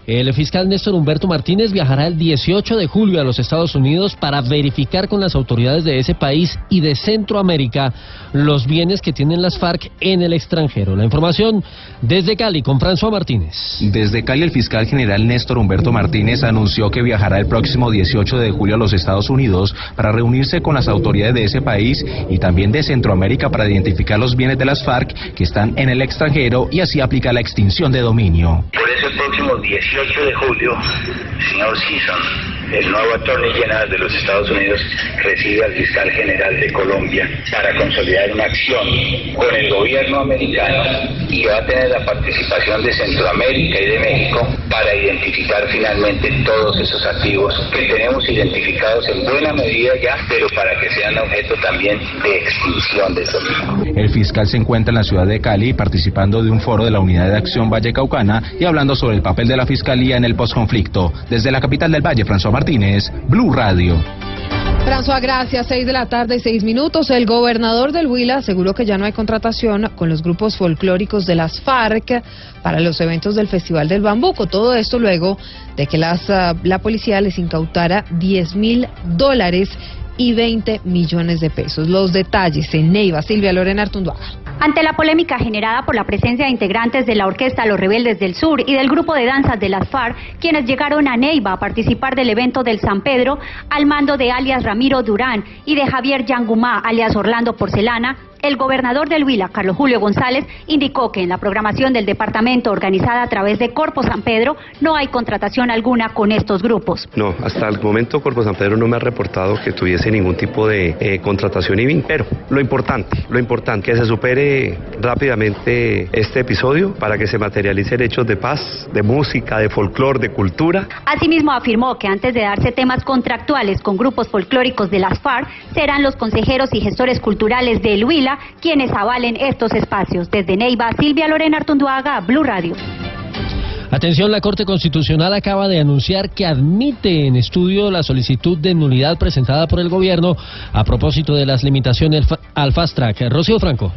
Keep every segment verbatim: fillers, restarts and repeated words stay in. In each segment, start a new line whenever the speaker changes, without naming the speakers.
El fiscal Néstor Humberto Martínez viajará el dieciocho de julio a los Estados Unidos para verificar con las autoridades de ese país y de Centroamérica los bienes que tienen las FARC en el extranjero. La información desde Cali con François Martínez.
Desde Cali, el fiscal general Néstor Humberto Martínez anunció que viajará el próximo dieciocho de julio a los Estados Unidos para reunirse con las autoridades de ese país y también de Centroamérica para identificar los bienes de las FARC que están en el extranjero y así aplicar la extinción de dominio.
Por eso el próximo dieciocho de julio, señor Sisson, el nuevo Attorney General de los Estados Unidos, recibe al fiscal general de Colombia para consolidar una acción con el gobierno americano y va a tener la participación de Centroamérica y de México para identificar finalmente todos esos activos que tenemos identificados en buena medida ya, pero para que sean objeto también de extinción de dominio.
El fiscal se encuentra en la ciudad de Cali participando de un foro de la Unidad de Acción Vallecaucana y hablando sobre el papel de la Fiscalía en el posconflicto. Desde la capital del Valle, François Martínez, Blue Radio.
François, gracias. Seis de la tarde, seis minutos. El gobernador del Huila aseguró que ya no hay contratación con los grupos folclóricos de las FARC para los eventos del Festival del Bambuco. Todo esto luego de que las, uh, la policía les incautara diez mil dólares y veinte millones de pesos. Los detalles en Neiva, Silvia Lorena Artunduaga.
Ante la polémica generada por la presencia de integrantes de la Orquesta Los Rebeldes del Sur y del grupo de danzas de las FARC, quienes llegaron a Neiva a participar del evento del San Pedro, al mando de alias Ramiro Durán y de Javier Yangumá, alias Orlando Porcelana, el gobernador del Huila, Carlos Julio González, indicó que en la programación del departamento organizada a través de Corpo San Pedro no hay contratación alguna con estos grupos.
No, hasta el momento Corpo San Pedro no me ha reportado que tuviese ningún tipo de eh, contratación I B I N, pero lo importante, lo importante, que se supere rápidamente este episodio para que se materialicen hechos de paz, de música, de folclor, de cultura.
Asimismo afirmó que antes de darse temas contractuales con grupos folclóricos de las FARC, serán los consejeros y gestores culturales del Huila quienes avalen estos espacios. Desde Neiva, Silvia Lorena Artunduaga, Blue Radio.
Atención, la Corte Constitucional acaba de anunciar que admite en estudio la solicitud de nulidad presentada por el gobierno a propósito de las limitaciones al Fast Track. Rocío Franco.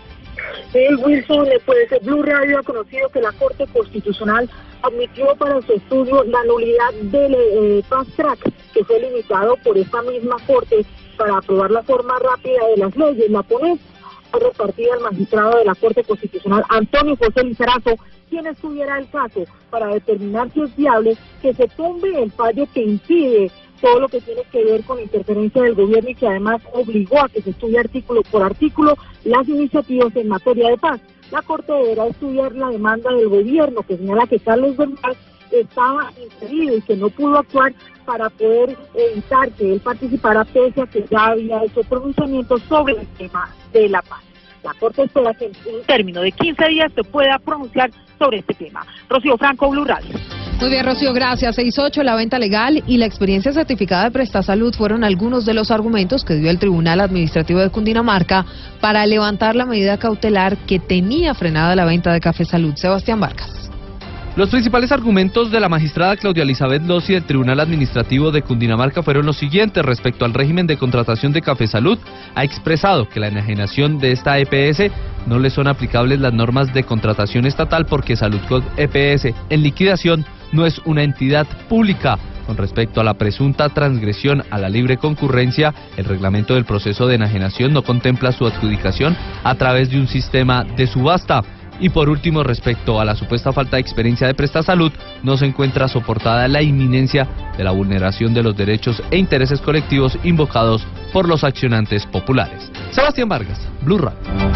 Sí, Wilson, pues Blue Radio ha conocido que la Corte Constitucional admitió para su estudio la nulidad del eh, Fast Track, que fue limitado por esta misma Corte para aprobar la forma rápida de las leyes. La ponencia fue repartida al magistrado de la Corte Constitucional, Antonio José Lizarazo, quien estudiará el caso para determinar si es viable que se tumbe el fallo que impide todo lo que tiene que ver con la interferencia del gobierno y que además obligó a que se estudie artículo por artículo las iniciativas en materia de paz. La Corte deberá estudiar la demanda del gobierno que señala que Carlos Bernal estaba impedido y que no pudo actuar para poder evitar que él participara pese a que ya había hecho pronunciamientos sobre el tema de la paz. La Corte espera que en un término de quince días se pueda pronunciar sobre este tema. Rocío Franco, Blue Radio.
Muy bien, Rocío, gracias. seis ocho, la venta legal y la experiencia certificada de Prestasalud fueron algunos de los argumentos que dio el Tribunal Administrativo de Cundinamarca para levantar la medida cautelar que tenía frenada la venta de Café Salud. Sebastián Vargas.
Los principales argumentos de la magistrada Claudia Elizabeth Lossi del Tribunal Administrativo de Cundinamarca fueron los siguientes. Respecto al régimen de contratación de Café Salud, ha expresado que la enajenación de esta E P S no le son aplicables las normas de contratación estatal porque Saludcod E P S en liquidación no es una entidad pública. Con respecto a la presunta transgresión a la libre concurrencia, el reglamento del proceso de enajenación no contempla su adjudicación a través de un sistema de subasta. Y por último, respecto a la supuesta falta de experiencia de Prestasalud, no se encuentra soportada la inminencia de la vulneración de los derechos e intereses colectivos invocados por los accionantes populares. Sebastián Vargas, Blue Radio.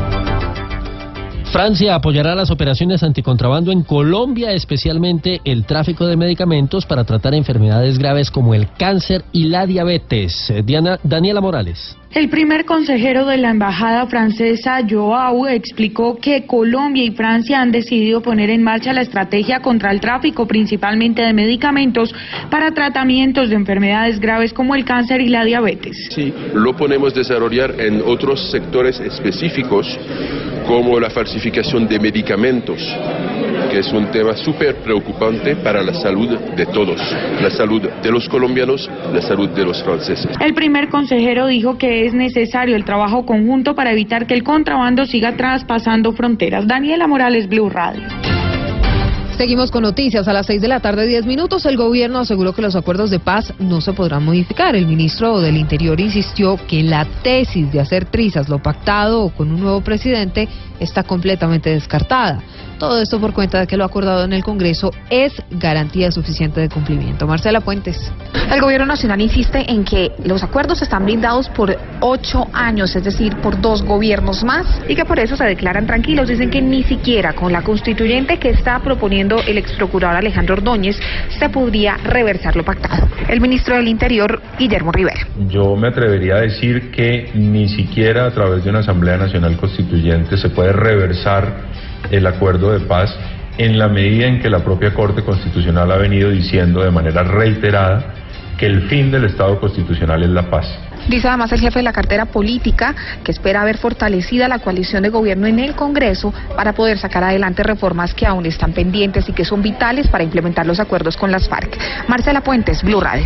Francia apoyará las operaciones anticontrabando en Colombia, especialmente el tráfico de medicamentos para tratar enfermedades graves como el cáncer y la diabetes. Diana, Daniela Morales.
El primer consejero de la embajada francesa, Joao, explicó que Colombia y Francia han decidido poner en marcha la estrategia contra el tráfico, principalmente de medicamentos, para tratamientos de enfermedades graves como el cáncer y la diabetes.
Sí, lo podemos desarrollar en otros sectores específicos, como la falsificación de medicamentos, que es un tema súper preocupante para la salud de todos, la salud de los colombianos, la salud de los franceses.
El primer consejero dijo que es necesario el trabajo conjunto para evitar que el contrabando siga traspasando fronteras. Daniela Morales, Blue Radio.
Seguimos con noticias. A las seis de la tarde, diez minutos, el gobierno aseguró que los acuerdos de paz no se podrán modificar. El ministro del Interior insistió que la tesis de hacer trizas lo pactado con un nuevo presidente está completamente descartada. Todo esto por cuenta de que lo acordado en el Congreso es garantía suficiente de cumplimiento. Marcela Puentes.
El Gobierno Nacional insiste en que los acuerdos están blindados por ocho años, es decir, por dos gobiernos más, y que por eso se declaran tranquilos. Dicen que ni siquiera con la constituyente que está proponiendo el ex procurador Alejandro Ordóñez se podría reversar lo pactado. El ministro del Interior, Guillermo Rivera.
Yo me atrevería a decir que ni siquiera a través de una Asamblea Nacional Constituyente se puede reversar el acuerdo de paz, en la medida en que la propia Corte Constitucional ha venido diciendo de manera reiterada que el fin del Estado constitucional es la paz.
Dice además el jefe de la cartera política que espera ver fortalecida la coalición de gobierno en el Congreso para poder sacar adelante reformas que aún están pendientes y que son vitales para implementar los acuerdos con las FARC. Marcela Puentes, Blue Radio.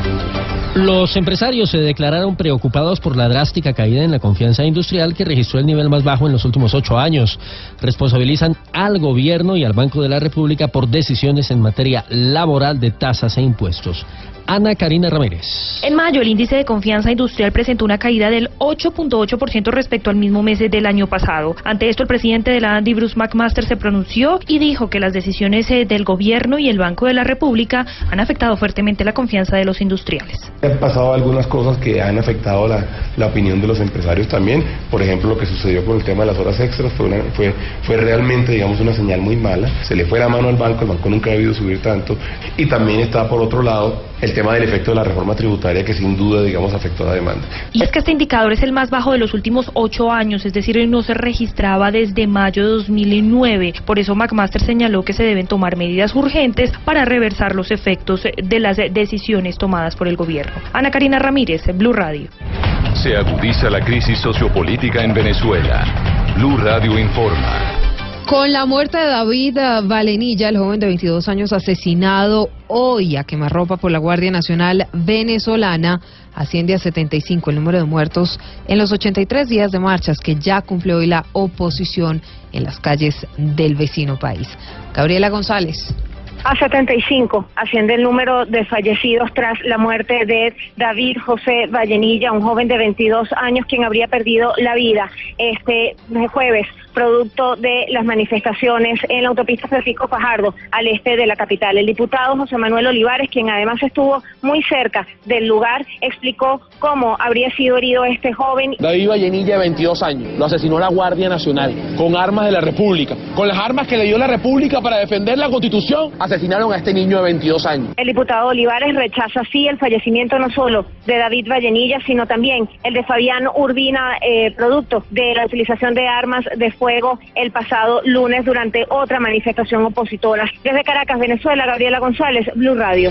Los empresarios se declararon preocupados por la drástica caída en la confianza industrial que registró el nivel más bajo en los últimos ocho años. Responsabilizan al gobierno y al Banco de la República por decisiones en materia laboral de tasas e impuestos. Ana Karina Ramírez.
En mayo, el índice de confianza industrial presentó una caída del ocho punto ocho por ciento respecto al mismo mes del año pasado. Ante esto, el presidente de la Andy, Bruce McMaster, se pronunció y dijo que las decisiones del gobierno y el Banco de la República han afectado fuertemente la confianza de los industriales.
Han pasado algunas cosas que han afectado la, la opinión de los empresarios también. Por ejemplo, lo que sucedió con el tema de las horas extras fue, una, fue, fue realmente, digamos, una señal muy mala. Se le fue la mano al banco, el banco nunca ha debido subir tanto. Y también está, por otro lado, el tema del efecto de la reforma tributaria que sin duda, digamos, afectó a la demanda.
Y es que este indicador es el más bajo de los últimos ocho años, es decir, no se registraba desde mayo de dos mil nueve. Por eso McMaster señaló que se deben tomar medidas urgentes para reversar los efectos de las decisiones tomadas por el gobierno. Ana Karina Ramírez, Blue Radio.
Se agudiza la crisis sociopolítica en Venezuela. Blue Radio informa.
Con la muerte de David Valenilla, el joven de veintidós años asesinado hoy a quemarropa por la Guardia Nacional venezolana, asciende a setenta y cinco el número de muertos en los ochenta y tres días de marchas que ya cumplió hoy la oposición en las calles del vecino país. Gabriela González.
A setenta y cinco asciende el número de fallecidos tras la muerte de David José Vallenilla, un joven de veintidós años quien habría perdido la vida este jueves producto de las manifestaciones en la autopista Francisco Fajardo al este de la capital. El diputado José Manuel Olivares, quien además estuvo muy cerca del lugar, explicó cómo habría sido herido este joven.
David Vallenilla, de veintidós años, lo asesinó la Guardia Nacional con armas de la República, con las armas que le dio la República para defender la Constitución. Asesinaron a este niño de veintidós años.
El diputado Olivares rechaza así el fallecimiento no solo de David Vallenilla, sino también el de Fabián Urbina, eh, producto de la utilización de armas de fuego el pasado lunes durante otra manifestación opositora. Desde Caracas, Venezuela, Gabriela González, Blue Radio.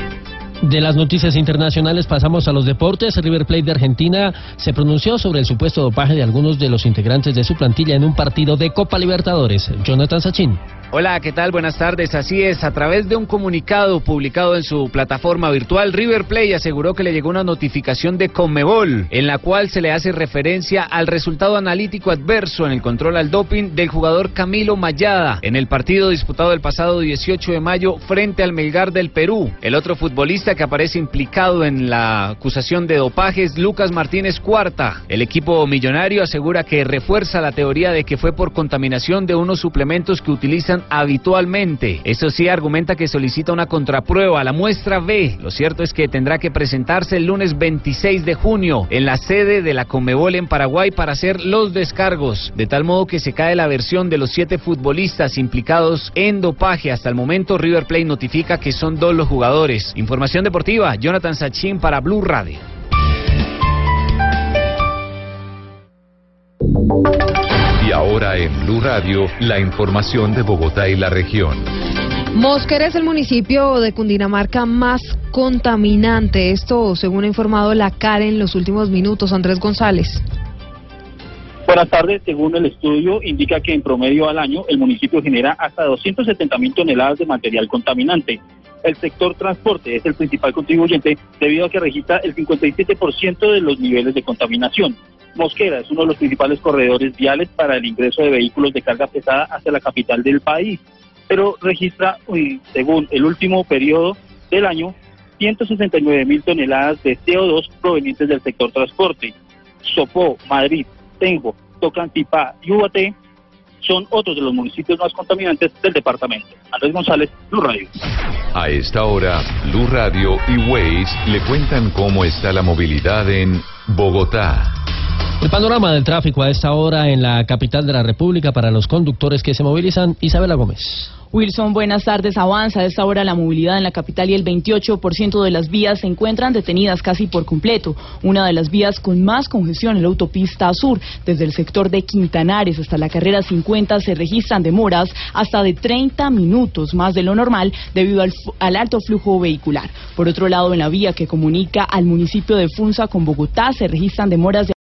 De las noticias internacionales pasamos a los deportes. River Plate de Argentina se pronunció sobre el supuesto dopaje de algunos de los integrantes de su plantilla en un partido de Copa Libertadores. Jonathan Sachin.
Hola, ¿qué tal? Buenas tardes. Así es, a través de un comunicado publicado en su plataforma virtual, River Plate aseguró que le llegó una notificación de Conmebol, en la cual se le hace referencia al resultado analítico adverso en el control al doping del jugador Camilo Mayada en el partido disputado el pasado dieciocho de mayo frente al Melgar del Perú. El otro futbolista que aparece implicado en la acusación de dopaje es Lucas Martínez Cuarta. El equipo millonario asegura que refuerza la teoría de que fue por contaminación de unos suplementos que utilizan habitualmente. Eso sí, argumenta que solicita una contraprueba, la muestra B. Lo cierto es que tendrá que presentarse el lunes veintiséis de junio en la sede de la Conmebol en Paraguay para hacer los descargos, de tal modo que se cae la versión de los siete futbolistas implicados en dopaje. Hasta el momento, River Plate notifica que son dos los jugadores. Información deportiva, Jonathan Sachin para Blue Radio.
Y ahora en Blue Radio, la información de Bogotá y la región.
Mosquera es el municipio de Cundinamarca más contaminante. Esto, según ha informado la C A R E en los últimos minutos. Andrés González.
Buenas tardes. Según el estudio, indica que en promedio al año el municipio genera hasta doscientas setenta mil toneladas de material contaminante. El sector transporte es el principal contribuyente debido a que registra el cincuenta y siete por ciento de los niveles de contaminación. Mosquera es uno de los principales corredores viales para el ingreso de vehículos de carga pesada hacia la capital del país. pero registra, uy, según el último periodo del año, ciento sesenta y nueve mil toneladas de C O dos provenientes del sector transporte. Sopó, Madrid, Tenjo, Tocancipá y Ubaté son otros de los municipios más contaminantes del departamento. Andrés González, Blue Radio.
A esta hora, Blue Radio y Waze le cuentan cómo está la movilidad en Bogotá.
El panorama del tráfico a esta hora en la capital de la República para los conductores que se movilizan. Isabela Gómez.
Wilson, buenas tardes. Avanza a esta hora la movilidad en la capital y el veintiocho por ciento de las vías se encuentran detenidas casi por completo. Una de las vías con más congestión es la autopista sur. Desde el sector de Quintanares hasta la carrera cincuenta se registran demoras hasta de treinta minutos más de lo normal debido al, al alto flujo vehicular. Por otro lado, en la vía que comunica al municipio de Funza con Bogotá se registran demoras de